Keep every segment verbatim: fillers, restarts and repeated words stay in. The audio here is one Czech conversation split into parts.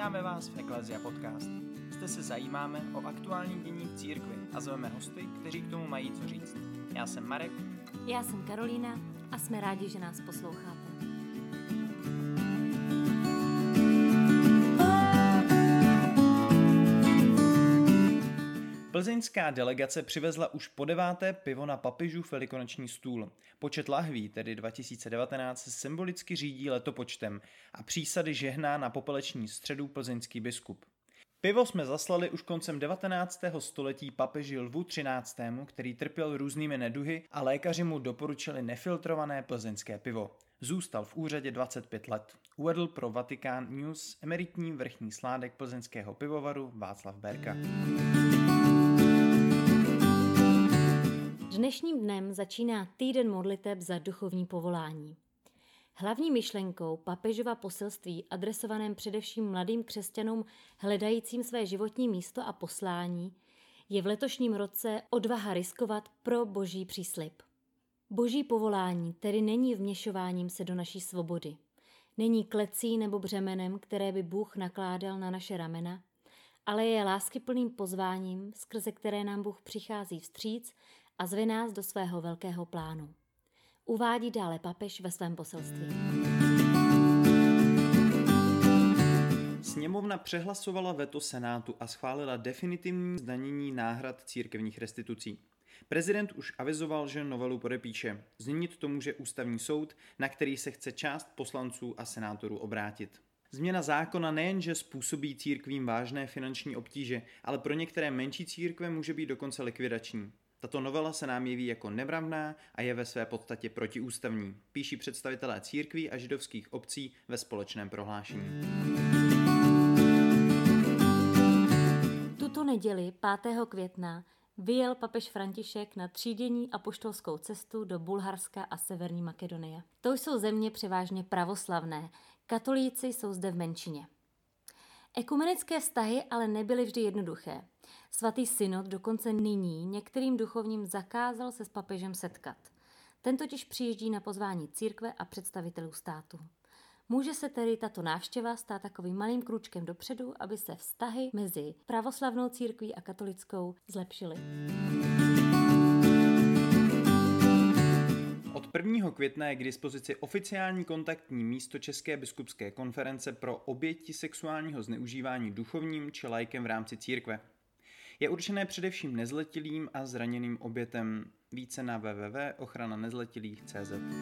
Vítáme vás v Ecclesia Podcast. Zde se zajímáme o aktuální dění v církvi a zveme hosty, kteří k tomu mají co říct. Já jsem Marek. Já jsem Karolína a jsme rádi, že nás posloucháte. Plzeňská delegace přivezla už po deváté pivo na papežův velikonoční stůl. Počet lahví, tedy dva tisíce devatenáct, se symbolicky řídí letopočtem a přísady žehná na popeleční středu plzeňský biskup. Pivo jsme zaslali už koncem devatenáctého století papeži Lvu třináctému, který trpěl různými neduhy a lékaři mu doporučili nefiltrované plzeňské pivo. Zůstal v úřadě dvacet pět let. Uvedl pro Vatikán News emeritní vrchní sládek plzeňského pivovaru Václav Berka. Dnešním dnem začíná týden modliteb za duchovní povolání. Hlavní myšlenkou papežova poselství, adresovaném především mladým křesťanům hledajícím své životní místo a poslání, je v letošním roce odvaha riskovat pro boží příslib. Boží povolání tedy není vměšováním se do naší svobody. Není klecí nebo břemenem, které by Bůh nakládal na naše ramena, ale je láskyplným pozváním, skrze které nám Bůh přichází vstříc a zve nás do svého velkého plánu. Uvádí dále papež ve svém poselství. Sněmovna přehlasovala veto Senátu a schválila definitivní zdanění náhrad církevních restitucí. Prezident už avizoval, že novelu podepíše. Změnit to může ústavní soud, na který se chce část poslanců a senátorů obrátit. Změna zákona nejenže způsobí církvím vážné finanční obtíže, ale pro některé menší církve může být dokonce likvidační. Tato novela se nám jeví jako nemravná a je ve své podstatě protiústavní, píší představitelé církví a židovských obcí ve společném prohlášení. Tuto neděli pátého května vyjel papež František na třídenní apoštolskou cestu do Bulharska a Severní Makedonie. To jsou země převážně pravoslavné, katolíci jsou zde v menšině. Ekumenické vztahy ale nebyly vždy jednoduché. Svatý synod dokonce nyní některým duchovním zakázal se s papežem setkat. Ten totiž přijíždí na pozvání církve a představitelů státu. Může se tedy tato návštěva stát takovým malým krůčkem dopředu, aby se vztahy mezi pravoslavnou církví a katolickou zlepšily. Od prvního května je k dispozici oficiální kontaktní místo České biskupské konference pro oběti sexuálního zneužívání duchovním či laikem v rámci církve. Je určené především nezletilým a zraněným obětem. Více na w w w tečka ochrana nezletilých tečka c z.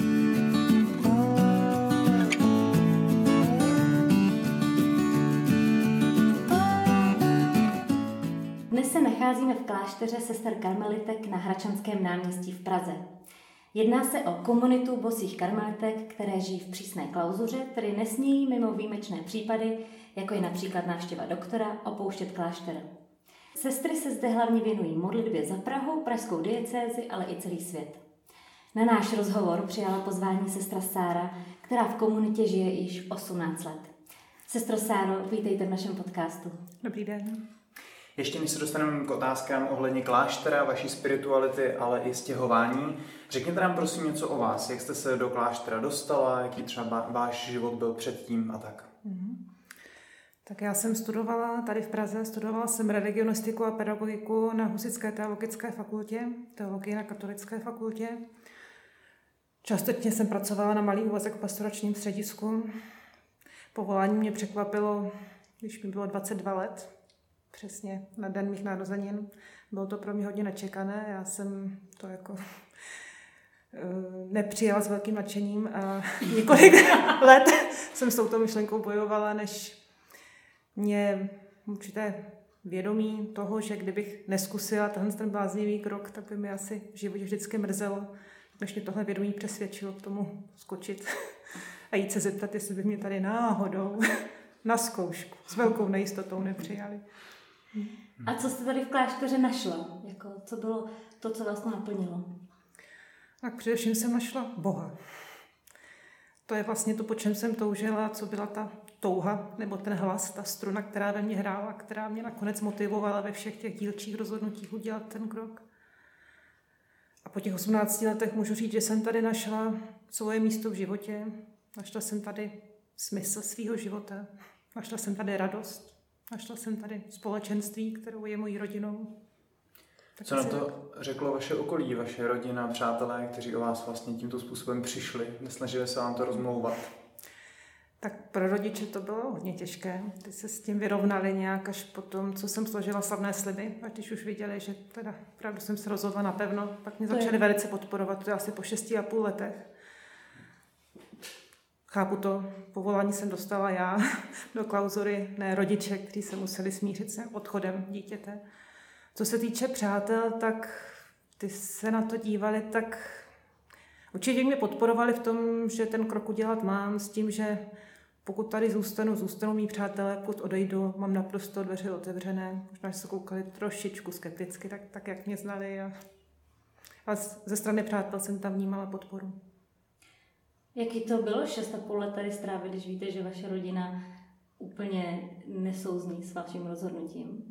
Dnes se nacházíme v klášteře sester karmelitek na Hradčanském náměstí v Praze. Jedná se o komunitu bosých karmelitek, které žijí v přísné klauzuře, tedy nesmějí mimo výjimečné případy, jako je například návštěva doktora, opouštět klášter. Sestry se zde hlavně věnují modlitbě za Prahu, pražskou diecézi, ale i celý svět. Na náš rozhovor přijala pozvání sestra Sára, která v komunitě žije již osmnáct let. Sestro Sáro, vítejte v našem podcastu. Dobrý den. Ještě než se dostaneme k otázkám ohledně kláštera, vaší spirituality, ale i stěhování, řekněte nám prosím něco o vás. Jak jste se do kláštera dostala, jaký třeba váš život byl předtím a tak? Mm-hmm. Tak já jsem studovala tady v Praze, studovala jsem religionistiku a pedagogiku na Husitské teologické fakultě, teologii na katolické fakultě. Částečně jsem pracovala na malý úvazek v pastoračním středisku. Povolání mě překvapilo, když mi bylo dvacet dva let, přesně na den mých narozenin. Bylo to pro mě hodně nečekané, já jsem to jako nepřijala s velkým nadšením a několik let jsem s touto myšlenkou bojovala, než mě určité vědomí toho, že kdybych neskusila tenhle ten bláznivý krok, tak by mi asi v životě vždycky mrzelo, než mě tohle vědomí přesvědčilo k tomu skočit a jít se zeptat, jestli by mě tady náhodou na zkoušku s velkou nejistotou nepřijali. A co jste tady v klášteře našla? Jako, co bylo to, co vás to naplnilo? Tak především jsem našla Boha. To je vlastně to, po čem jsem toužila, co byla ta touha, nebo ten hlas, ta struna, která ve mně hrála, která mě nakonec motivovala ve všech těch dílčích rozhodnutích udělat ten krok. A po těch osmnácti letech můžu říct, že jsem tady našla svoje místo v životě. Našla jsem tady smysl svého života. Našla jsem tady radost, našla jsem tady společenství, kterou je mojí rodinou. Tak Co na to řeklo vaše okolí, vaše rodina, přátelé, kteří o vás vlastně tímto způsobem přišli, nesnažili se vám to rozmlouvat? Tak pro rodiče to bylo hodně těžké. Ty se s tím vyrovnali nějak až po tom, co jsem složila slavné sliby. A když už viděli, že teda opravdu jsem se rozhodla napevno, pak mě začali velice podporovat. To je asi po šesti a půl letech. Chápu to, povolání jsem dostala já do klauzury, ne rodiče, kteří se museli smířit s odchodem dítěte. Co se týče přátel, tak ty se na to dívali tak... Určitě mě podporovali v tom, že ten krok udělat mám, s tím, že pokud tady zůstanu, zůstanou mý přátelé, pokud odejdu, mám naprosto dveře otevřené. Možná, že se koukali trošičku skepticky, tak, tak jak mě znali. A, a ze strany přátel jsem tam vnímala podporu. Jaký to bylo šest a půl let tady strávit, když víte, že vaše rodina úplně nesouzní s vaším rozhodnutím?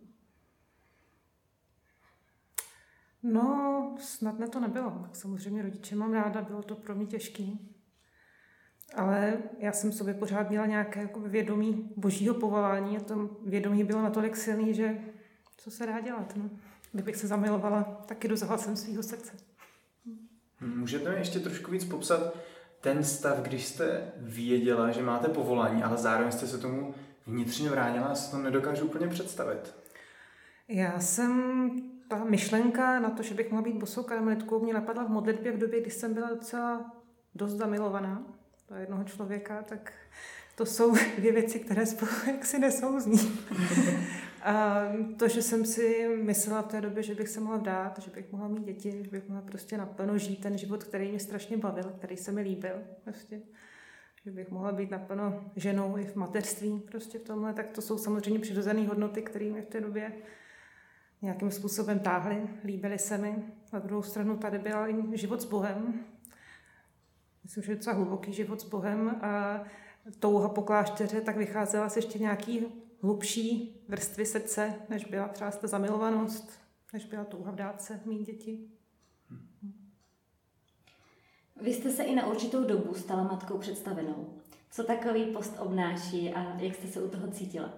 No, snadné to nebylo. Tak samozřejmě rodiče mám ráda, bylo to pro mě těžký. Ale já jsem sobě pořád měla nějaké jako vědomí božího povolání a to vědomí bylo natolik silný, že co se dá dělat. No? Kdybych se zamilovala, taky jdu za hlasem svého srdce. Můžete mi ještě trošku víc popsat ten stav, když jste věděla, že máte povolání, ale zároveň jste se tomu vnitřně vránila a si to nedokážu úplně představit? Já jsem... Ta myšlenka na to, že bych mohla být bosou karmelitkou, mě napadla v modlitbě v době, kdy jsem byla docela dost zamilovaná do jednoho člověka, tak to jsou dvě věci, které spolu jaksi nesouzní. A to, že jsem si myslela v té době, že bych se mohla vdát, že bych mohla mít děti, že bych mohla prostě naplno žít ten život, který mě strašně bavil, který se mi líbil. Prostě. Že bych mohla být naplno ženou i v mateřství, prostě v tomhle, tak to jsou samozřejmě přirozené hodnoty, které mě v té době nějakým způsobem táhly, líbily se mi. Na druhou stranu tady byl i život s Bohem. Myslím, že je docela hluboký život s Bohem a touha po klášteře tak vycházela z ještě nějaký hlubší vrstvy srdce, než byla třeba ta zamilovanost, než byla touha vdát se mít děti. Vy jste se i na určitou dobu stala matkou představenou. Co takový post obnáší a jak jste se u toho cítila?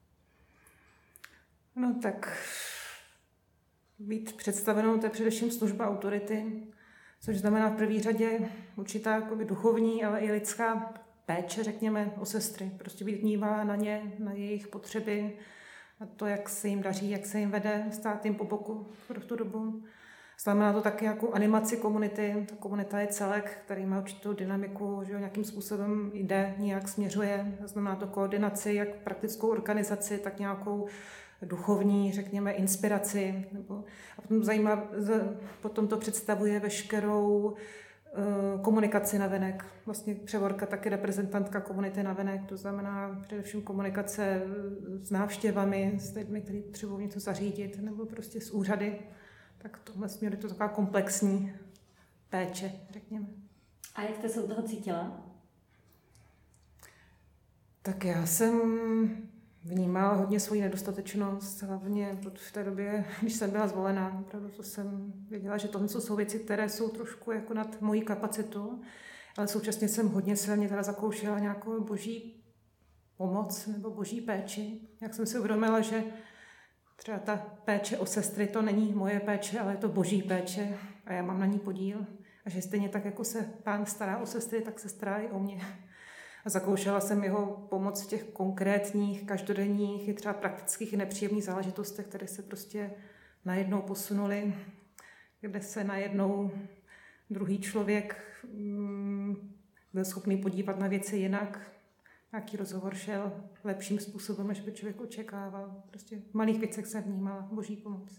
No tak... Být představenou, to je především služba autority, což znamená v první řadě určitá jakoby duchovní, ale i lidská péče, řekněme, o sestry. Prostě být vnímá na ně, na jejich potřeby, na to, jak se jim daří, jak se jim vede, stát jim po boku v tu dobu. Znamená to taky jako animaci komunity. Ta komunita je celek, který má určitou dynamiku, že nějakým způsobem jde, nějak směřuje. Znamená to koordinaci, jak praktickou organizaci, tak nějakou duchovní, řekněme, inspiraci. Nebo, a potom, zajímavé, potom to představuje veškerou uh, komunikaci navenek. Vlastně převorka taky reprezentantka komunity navenek, to znamená především komunikace s návštěvami, s lidmi, kteří potřebují něco zařídit, nebo prostě s úřady. Tak v tomhle směru je to taková komplexní péče, řekněme. A jak jste se u toho cítila? Tak já jsem vnímala hodně svoji nedostatečnost, hlavně v té době, když jsem byla zvolená. Opravdu to jsem věděla, že tohle jsou věci, které jsou trošku jako nad mojí kapacitu, ale současně jsem hodně silně teda zakoušela nějakou boží pomoc nebo boží péči. Jak jsem si uvědomila, že třeba ta péče o sestry, to není moje péče, ale je to boží péče a já mám na ní podíl. A že stejně tak, jako se Pán stará o sestry, tak se stará i o mě. A zakoušela jsem jeho pomoc v těch konkrétních, každodenních, i třeba praktických i nepříjemných záležitostech, které se prostě najednou posunuly, kde se najednou druhý člověk mm, byl schopný podívat na věci jinak. Nějaký rozhovor šel lepším způsobem, než by člověk očekával. Prostě v malých věcech jsem vnímala boží pomoc.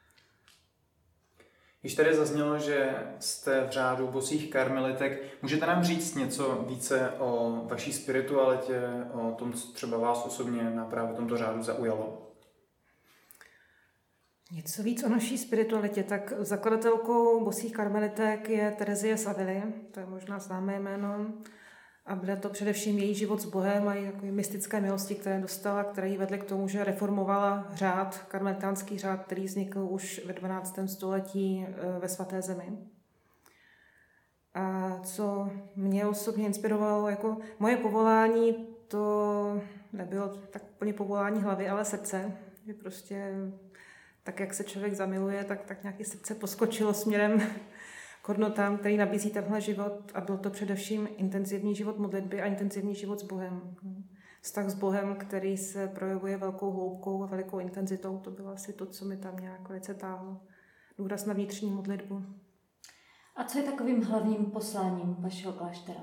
Když tady zaznělo, že jste v řádu bosých karmelitek, můžete nám říct něco více o vaší spiritualitě, o tom, co třeba vás osobně na právě tomto řádu zaujalo? Něco víc o naší spiritualitě. Tak zakladatelkou bosých karmelitek je Terezie z Avily, to je možná známé jméno. A byl to především její život s Bohem a její mystické milosti, které dostala, které ji vedly k tomu, že reformovala řád, karmelitánský řád, který vznikl už ve dvanáctém století ve Svaté zemi. A co mě osobně inspirovalo, jako moje povolání, to nebylo tak úplně povolání hlavy, ale srdce. Že prostě tak, jak se člověk zamiluje, tak, tak nějaké srdce poskočilo směrem k hodnotám, který nabízí tenhle život, a byl to především intenzivní život modlitby a intenzivní život s Bohem. Vztah s Bohem, který se projevuje velkou hloubkou a velikou intenzitou, to bylo asi to, co mi tam nějak velice táhlo. Důraz na vnitřní modlitbu. A co je takovým hlavním posláním vašeho kláštera?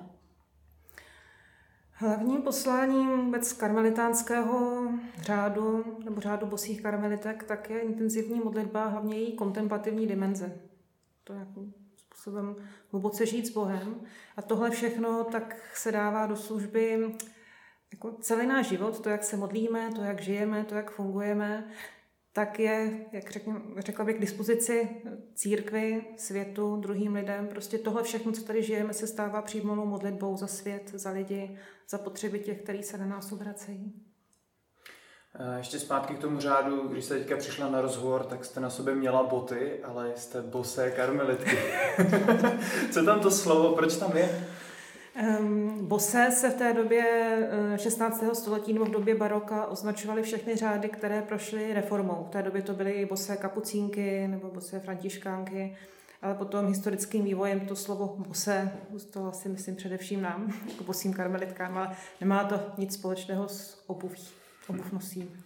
Hlavním posláním vůbec karmelitánského řádu nebo řádu bosých karmelitek tak je intenzivní modlitba, hlavně její kontemplativní dimenze. To nějakým způsobem hluboce žít s Bohem. A tohle všechno tak se dává do služby jako celý náš život, to, jak se modlíme, to, jak žijeme, to, jak fungujeme, tak je, jak řekněme, řekla bych, k dispozici církvi, světu, druhým lidem. Prostě tohle všechno, co tady žijeme, se stává přímou modlitbou za svět, za lidi, za potřeby těch, kteří se na nás obracejí. Ještě zpátky k tomu řádu, když jste teďka přišla na rozhovor, tak jste na sobě měla boty, ale jste bosé karmelitky. Co tam to slovo, proč tam je? Um, bosé se v té době šestnáctého století nebo v době baroka označovaly všechny řády, které prošly reformou. V té době to byly bosé kapucínky nebo bosé františkánky, ale potom historickým vývojem to slovo bosé zůstalo asi, myslím, především nám, jako bosým karmelitkám, ale nemá to nic společného s obuví. Obuv nosím.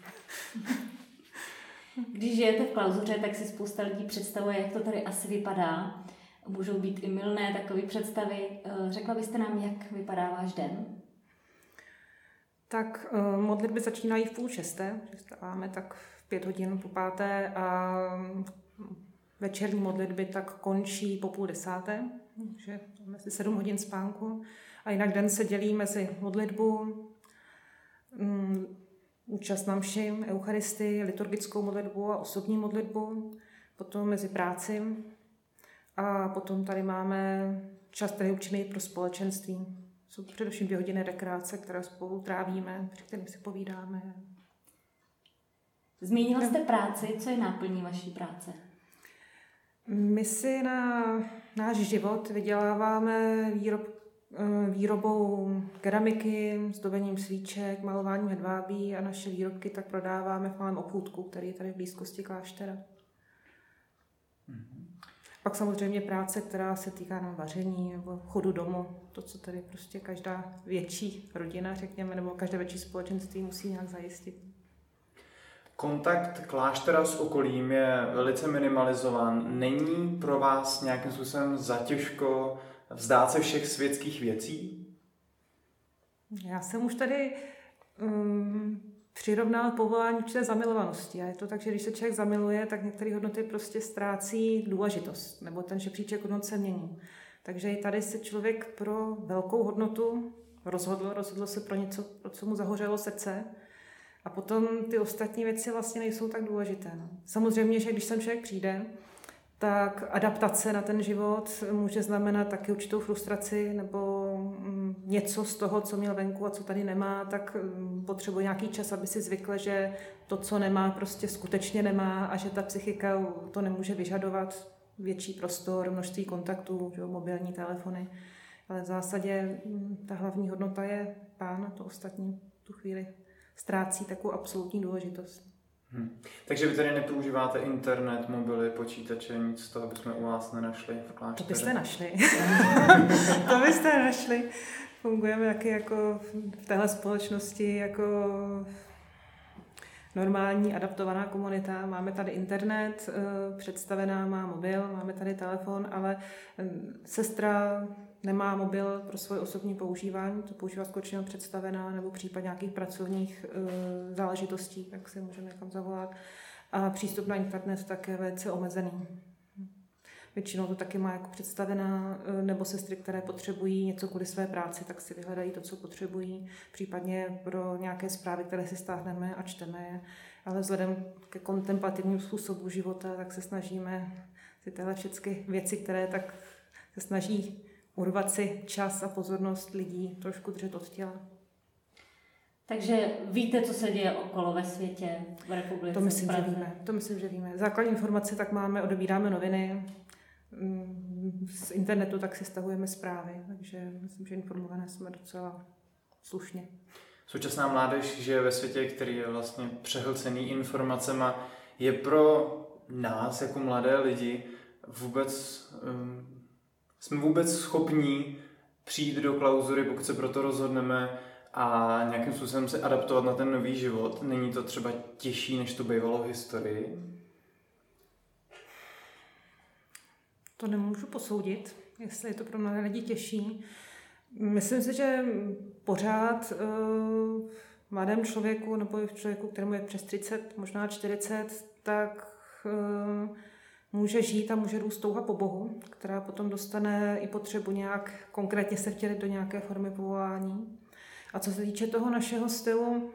Když žijete v klauzuře, tak si spousta lidí představuje, jak to tady asi vypadá. Můžou být i mylné takové představy. Řekla byste nám, jak vypadá váš den? Tak modlitby začínají v půl šesté, vstáváme tak v pět hodin po páté a večerní modlitby tak končí po půl desáté, takže máme asi sedm hodin spánku. A jinak den se dělí mezi modlitbu, účast na mši, eucharistii, liturgickou modlitbu a osobní modlitbu, potom mezi práci. A potom tady máme čas, který je určený pro společenství. Jsou především dvě hodiny rekreace, které spolu trávíme, při kterým si povídáme. Zmínila jste práci, co je náplní vaší práce? My si na náš život vyděláváme výrob, výrobou keramiky, zdobením svíček, malováním hedvábí a naše výrobky tak prodáváme v malém obchůdku, který je tady v blízkosti kláštera. Mm-hmm. Pak samozřejmě práce, která se týká nám vaření nebo chodu domů. To, co tady prostě každá větší rodina, řekněme, nebo každé větší společenství musí nějak zajistit. Kontakt kláštera s okolím je velice minimalizován. Není pro vás nějakým způsobem zatěžko vzdát se všech světských věcí? Já jsem už tady um, přirovnal povolání určité zamilovanosti. A je to tak, že když se člověk zamiluje, tak některé hodnoty prostě ztrácí důležitost, nebo ten žebříček hodnot se mění. Takže i tady se člověk pro velkou hodnotu rozhodl, rozhodl se pro něco, pro co mu zahořelo srdce. A potom ty ostatní věci vlastně nejsou tak důležité. No. Samozřejmě, že když sem člověk přijde, tak adaptace na ten život může znamenat taky určitou frustraci nebo něco z toho, co měl venku a co tady nemá, tak potřebuje nějaký čas, aby si zvykl, že to, co nemá, prostě skutečně nemá a že ta psychika to nemůže vyžadovat větší prostor, množství kontaktů, že, mobilní telefony. Ale v zásadě ta hlavní hodnota je Pán a to ostatní tu chvíli ztrácí takovou absolutní důležitost. Hmm. Takže vy tady nepoužíváte internet, mobily, počítače, nic z toho bychom u vás nenašli v klášteře? To byste našli. to byste našli. Fungujeme taky jako v téhle společnosti jako normální adaptovaná komunita. Máme tady internet, představená má mobil, máme tady telefon, ale sestra nemá mobil pro svoje osobní používání, to používá skutečně představená nebo případ nějakých pracovních e, záležitostí, tak si můžeme někam zavolat. A přístup na internet také je velice omezený. Většinou to taky má jako představená e, nebo sestry, které potřebují něco kvůli své práci, tak si vyhledají to, co potřebují, případně pro nějaké zprávy, které si stáhneme a čteme je. Ale vzhledem ke kontemplativnímu způsobu života, tak se snažíme si tyhle všechny věci, které tak se snaží urvat si čas a pozornost lidí, trošku držet od těla. Takže víte, co se děje okolo ve světě, v republice? To myslím, že víme. To myslím, že víme. Základní informace tak máme, odebíráme noviny, z internetu tak si stahujeme zprávy, takže myslím, že informované jsme docela slušně. Současná mládež žije ve světě, který je vlastně přehlcený informacema. Je pro nás, jako mladé lidi, vůbec, um, jsme vůbec schopní přijít do klauzury, pokud se proto rozhodneme a nějakým způsobem se adaptovat na ten nový život? Není to třeba těžší, než to bývalo v historii? To nemůžu posoudit, jestli je to pro mladé lidi těžší. Myslím si, že pořád uh, mladém člověku nebo v člověku, kterému je přes třicet, možná čtyřicet, tak uh, může žít a může růst touha po Bohu, která potom dostane i potřebu nějak konkrétně se vtělit do nějaké formy povolání. A co se týče toho našeho stylu,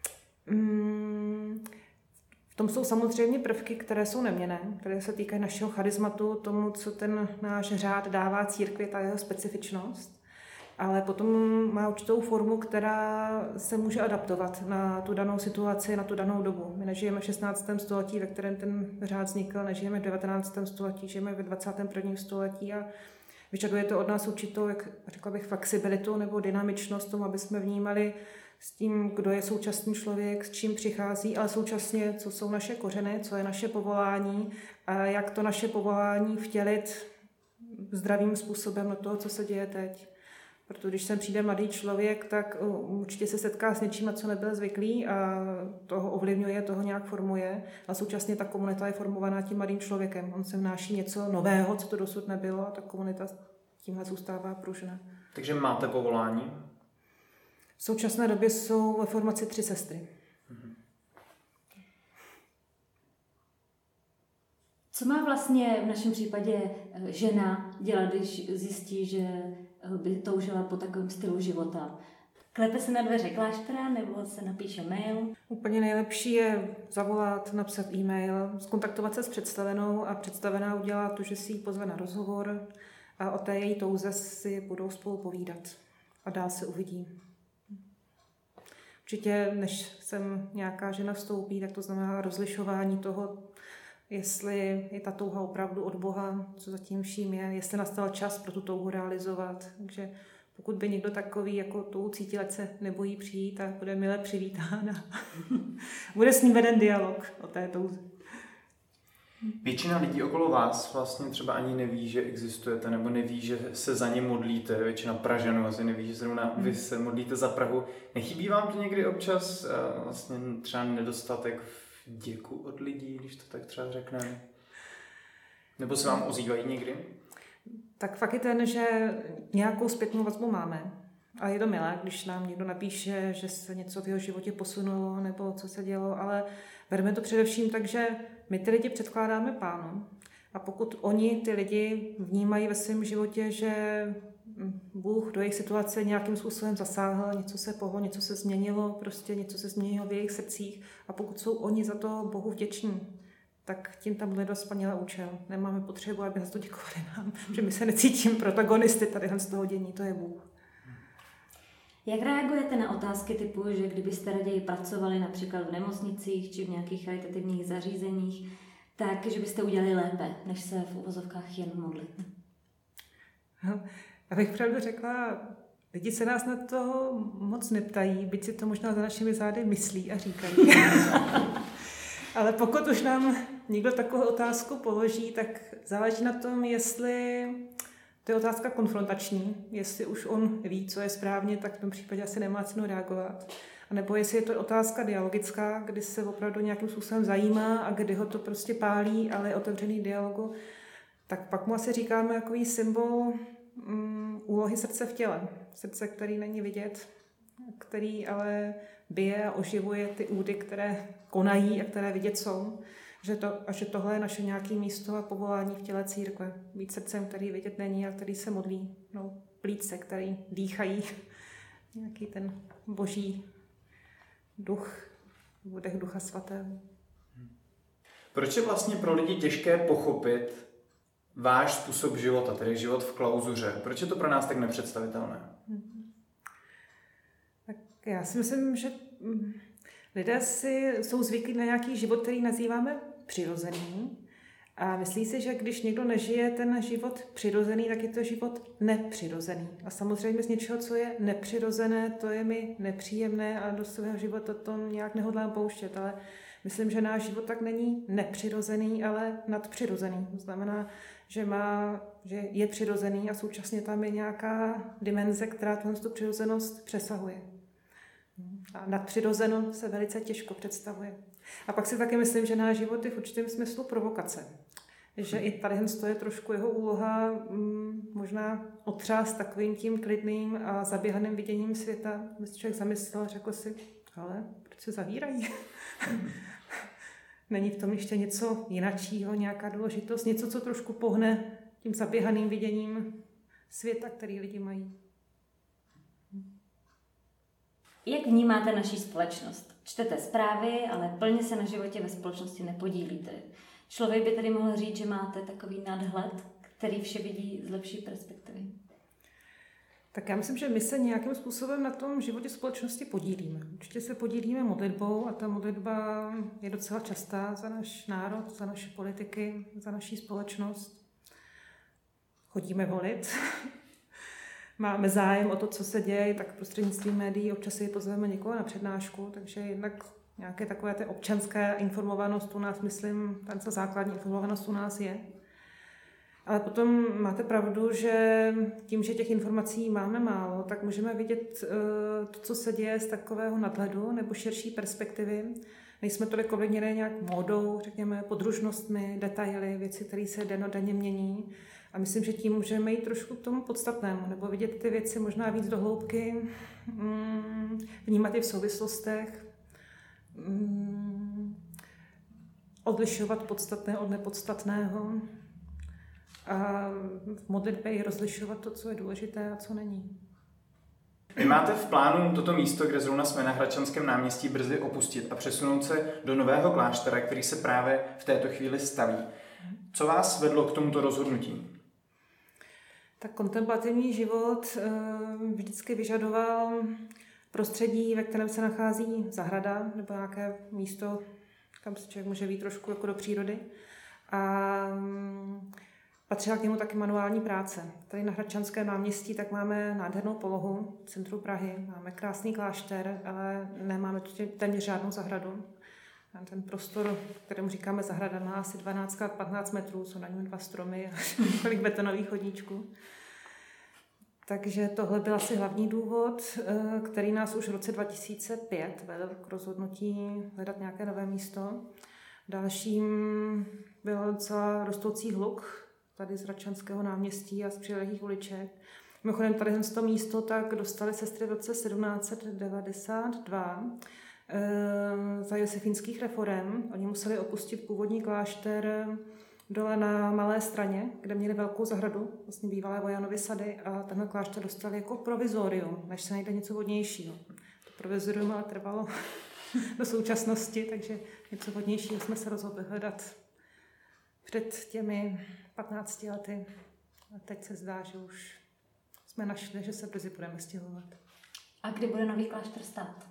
um, v tom jsou samozřejmě prvky, které jsou neměnné, které se týkají našeho charizmatu, tomu, co ten náš řád dává církvi, ta jeho specifičnost. Ale potom má určitou formu, která se může adaptovat na tu danou situaci, na tu danou dobu. My nežijeme v šestnáctém století, ve kterém ten řád vznikl, nežijeme v devatenáctém století, žijeme ve dvacátém prvním století a vyžaduje to od nás určitou, jak řekla bych, flexibilitu nebo dynamičnost tomu, aby jsme vnímali s tím, kdo je současný člověk, s čím přichází, ale současně, co jsou naše kořeny, co je naše povolání a jak to naše povolání vtělit zdravým způsobem do toho, co se děje teď. Protože když sem přijde mladý člověk, tak určitě se setká s něčím, na co nebyl zvyklý a toho ovlivňuje, toho nějak formuje. A současně ta komunita je formovaná tím mladým člověkem. On se vnáší něco nového, co to dosud nebylo a ta komunita tímhle zůstává pružná. Takže máte povolání? V současné době jsou ve formaci tři sestry. Mhm. Co má vlastně v našem případě žena dělat, když zjistí, že by toužila po takovém stylu života? Klepe se na dveře kláštera nebo se napíše mail? Úplně nejlepší je zavolat, napsat e-mail, skontaktovat se s představenou a představená udělá to, že si ji pozve na rozhovor a o té její touze si budou spolu povídat a dál se uvidí. Určitě, než sem nějaká žena vstoupí, tak to znamená rozlišování toho, jestli je ta touha opravdu od Boha, co zatím vším je, jestli nastal čas pro tu touhu realizovat. Takže pokud by někdo takový jako touhu cítil, ať se nebojí přijít a bude mile přivítán a bude s ním veden dialog o té touze. Většina lidí okolo vás vlastně třeba ani neví, že existujete, nebo neví, že se za ně modlíte. Většina Pražanů asi neví, že zrovna vy se modlíte za Prahu. Nechybí vám to někdy občas vlastně třeba nedostatek děku od lidí, když to tak třeba řekneme? Nebo se vám ozývají někdy? Tak fakt je ten, že nějakou zpětnou vazbu máme. A je to milé, když nám někdo napíše, že se něco v jeho životě posunulo, nebo co se dělo, ale bereme to především tak, že my ty lidi předkládáme Pánu. A pokud oni, ty lidi, vnímají ve svém životě, že Bůh do jejich situace nějakým způsobem zasáhl, něco se pohlo, něco se změnilo, prostě něco se změnilo v jejich srdcích. A pokud jsou oni za to Bohu vděční, tak tím tam bude splnila účel. Nemáme potřebu, aby nás to děkovali nám, že my se necítím protagonisty tady z toho dění, to je Bůh. Jak reagujete na otázky typu, že kdybyste raději pracovali například v nemocnicích či v nějakých charitativních zařízeních, tak že byste udělali lépe, než se v uvozovkách jen modlit? Abych pravdu řekla, lidi se nás na to moc neptají, byť si to možná za našimi zády myslí a říkají. Ale pokud už nám někdo takovou otázku položí, tak záleží na tom, jestli to je otázka konfrontační, jestli už on ví, co je správně, tak v tom případě asi nemá cenu reagovat. A nebo jestli je to otázka dialogická, kdy se opravdu nějakým způsobem zajímá a kdy ho to prostě pálí, ale je otevřený dialogu, tak pak mu asi říkáme takový symbol um, úlohy srdce v těle. Srdce, který není vidět, který ale bije a oživuje ty údy, které konají a které vidět jsou. Že to, a že tohle je naše nějaké místo a povolání v těle církve. Být srdcem, který vidět není a který se modlí. No, plíce, který dýchají. Nějaký ten boží duch, dech Ducha Svatého. Proč je vlastně pro lidi těžké pochopit váš způsob života, tedy život v klauzuře? Proč je to pro nás tak nepředstavitelné? Tak já si myslím, že lidé si jsou zvyklí na nějaký život, který nazýváme přirozený. A myslí si, že když někdo nežije ten život přirozený, tak je to život nepřirozený. A samozřejmě z něčeho, co je nepřirozené, to je mi nepříjemné a do svého života to nějak nehodlám pouštět, ale myslím, že náš život tak není nepřirozený, ale nadpřirozený. To znamená, že, má, že je přirozený a současně tam je nějaká dimenze, která tu přirozenost přesahuje. A nadpřirozeno se velice těžko představuje. A pak si taky myslím, že náš život je v určitém smyslu provokace. Že i tady je trošku jeho úloha mm, možná otřást takovým tím klidným a zaběhaným viděním světa. Když se člověk zamyslel a řekl si, ale proč se zavírají? Není v tom ještě něco jinačího, nějaká důležitost, něco, co trošku pohne tím zaběhaným viděním světa, který lidi mají. Jak vnímáte naši společnost? Čtete zprávy, ale plně se na životě ve společnosti nepodílíte. Člověk by tedy mohl říct, že máte takový nadhled, který vše vidí z lepší perspektivy. Tak já myslím, že my se nějakým způsobem na tom životě společnosti podílíme. Určitě se podílíme modlitbou a ta modlitba je docela častá za náš národ, za naše politiky, za naši společnost. Chodíme volit. Máme zájem o to, co se děje, tak prostřednictvím médií občas si pozveme někoho na přednášku, takže jednak nějaké takové té občanské informovanost u nás, myslím, ta základní informovanost u nás je. Ale potom máte pravdu, že tím, že těch informací máme málo, tak můžeme vidět to, co se děje z takového nadhledu nebo širší perspektivy. Nejsme tolik ovlivněni nějak módou, řekněme, podružnostmi, detaily, věci, které se dennodenně mění. A myslím, že tím můžeme jít trošku k tomu podstatnému, nebo vidět ty věci možná víc do hloubky, vnímat je v souvislostech, odlišovat podstatné od nepodstatného a v modlitbě i rozlišovat to, co je důležité a co není. Vy máte v plánu toto místo, kde zrovna jsme na Hradčanském náměstí, brzy opustit a přesunout se do nového kláštera, který se právě v této chvíli staví. Co vás vedlo k tomuto rozhodnutí? Tak kontemplativní život vždycky vyžadoval prostředí, ve kterém se nachází zahrada nebo nějaké místo, kam se člověk může vyjít trošku jako do přírody. A patřila k němu taky manuální práce. Tady na Hradčanském náměstí tak máme nádhernou polohu v centru Prahy, máme krásný klášter, ale nemáme tu téměř žádnou zahradu. Ten prostor, kterému říkáme zahrada, má asi dvanáct krát patnáct metrů, jsou na něm dva stromy a několik betonových chodníčků. Takže tohle byl asi hlavní důvod, který nás už v roce dva tisíce pět vedl k rozhodnutí hledat nějaké nové místo. Dalším byl docela rostoucí hluk tady z Hradčanského náměstí a z přilehlých uliček. Mimochodem tady to místo tak dostali sestry v roce sedmnáct set devadesát dva za josefínských reforem. Oni museli opustit původní klášter dole na Malé Straně, kde měli velkou zahradu, vlastně bývalé Vojanovy sady, a tenhle klášter dostali jako provizorium, než se najde něco vhodnějšího. To provizorium ale trvalo do současnosti, takže něco vhodnějšího jsme se rozhodli hledat před těmi patnácti lety. A teď se zdá, že už jsme našli, že se brzy budeme stěhovat. A kdy bude nový klášter stát?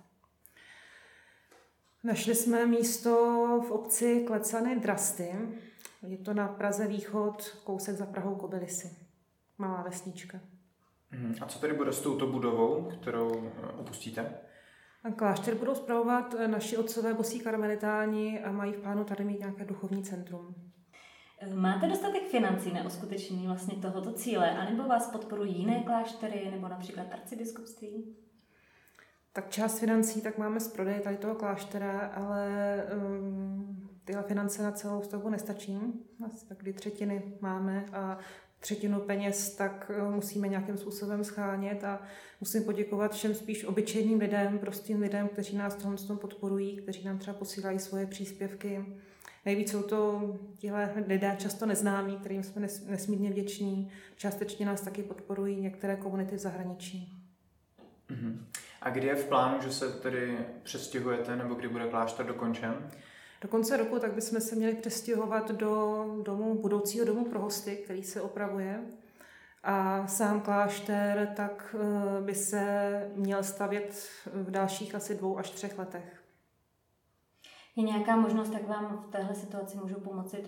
Našli jsme místo v obci Klecany Drasty. Je to na Praze východ, kousek za Prahou Kobylisy. Malá vesnička. A co tedy bude s touto budovou, kterou opustíte? Klášter budou spravovat naši otcové bosí karmelitáni a mají v plánu tady mít nějaké duchovní centrum. Máte dostatek financí na uskutečnění vlastně tohoto cíle, anebo vás podporují jiné kláštery, nebo například arcibiskupství? Tak část financí tak máme z prodeje tady toho kláštera, ale um, tyhle finance na celou stavbu nestačí. Asi tak dvě třetiny máme a třetinu peněz tak musíme nějakým způsobem schánět a musím poděkovat všem spíš obyčejným lidem, prostým lidem, kteří nás v tom podporují, kteří nám třeba posílají svoje příspěvky. Nejvíc jsou to tihle lidé často neznámí, kterým jsme nesmírně vděční. Částečně nás taky podporují některé komunity v zahraničí. Mm-hmm. A kdy je v plánu, že se tedy přestěhujete, nebo kdy bude klášter dokončen? Do konce roku tak bychom se měli přestěhovat do domu, budoucího domu pro hosty, který se opravuje. A sám klášter tak by se měl stavět v dalších asi dvou až třech letech. Je nějaká možnost, jak vám v téhle situaci můžou pomoci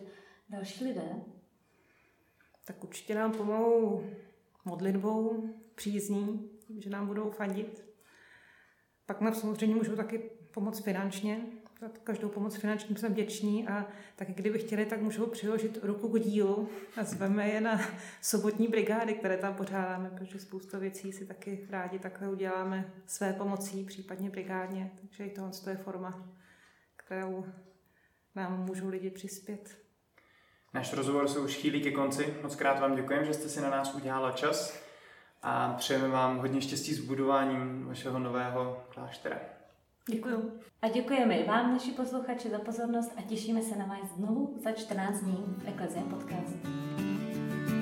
Další lidé? Tak určitě nám pomohou modlitbou, přízní, že nám budou fandit. Pak nám samozřejmě můžou taky pomoct finančně. Za každou pomoc finanční jsem vděční a taky kdyby chtěli, tak můžou přiložit ruku k dílu a zveme je na sobotní brigády, které tam pořádáme, protože spoustu věcí si taky rádi takhle uděláme své pomocí, případně brigádně. Takže i tohle je forma, kterou nám můžou lidi přispět. Náš rozhovor se už chýlí ke konci. Moc krát vám děkujeme, že jste si na nás udělala čas a přejeme vám hodně štěstí s budováním vašeho nového kláštera. Děkuju. A děkujeme i vám, naši posluchači, za pozornost a těšíme se na vás znovu za čtrnáct dní v Ecclesia Podcast.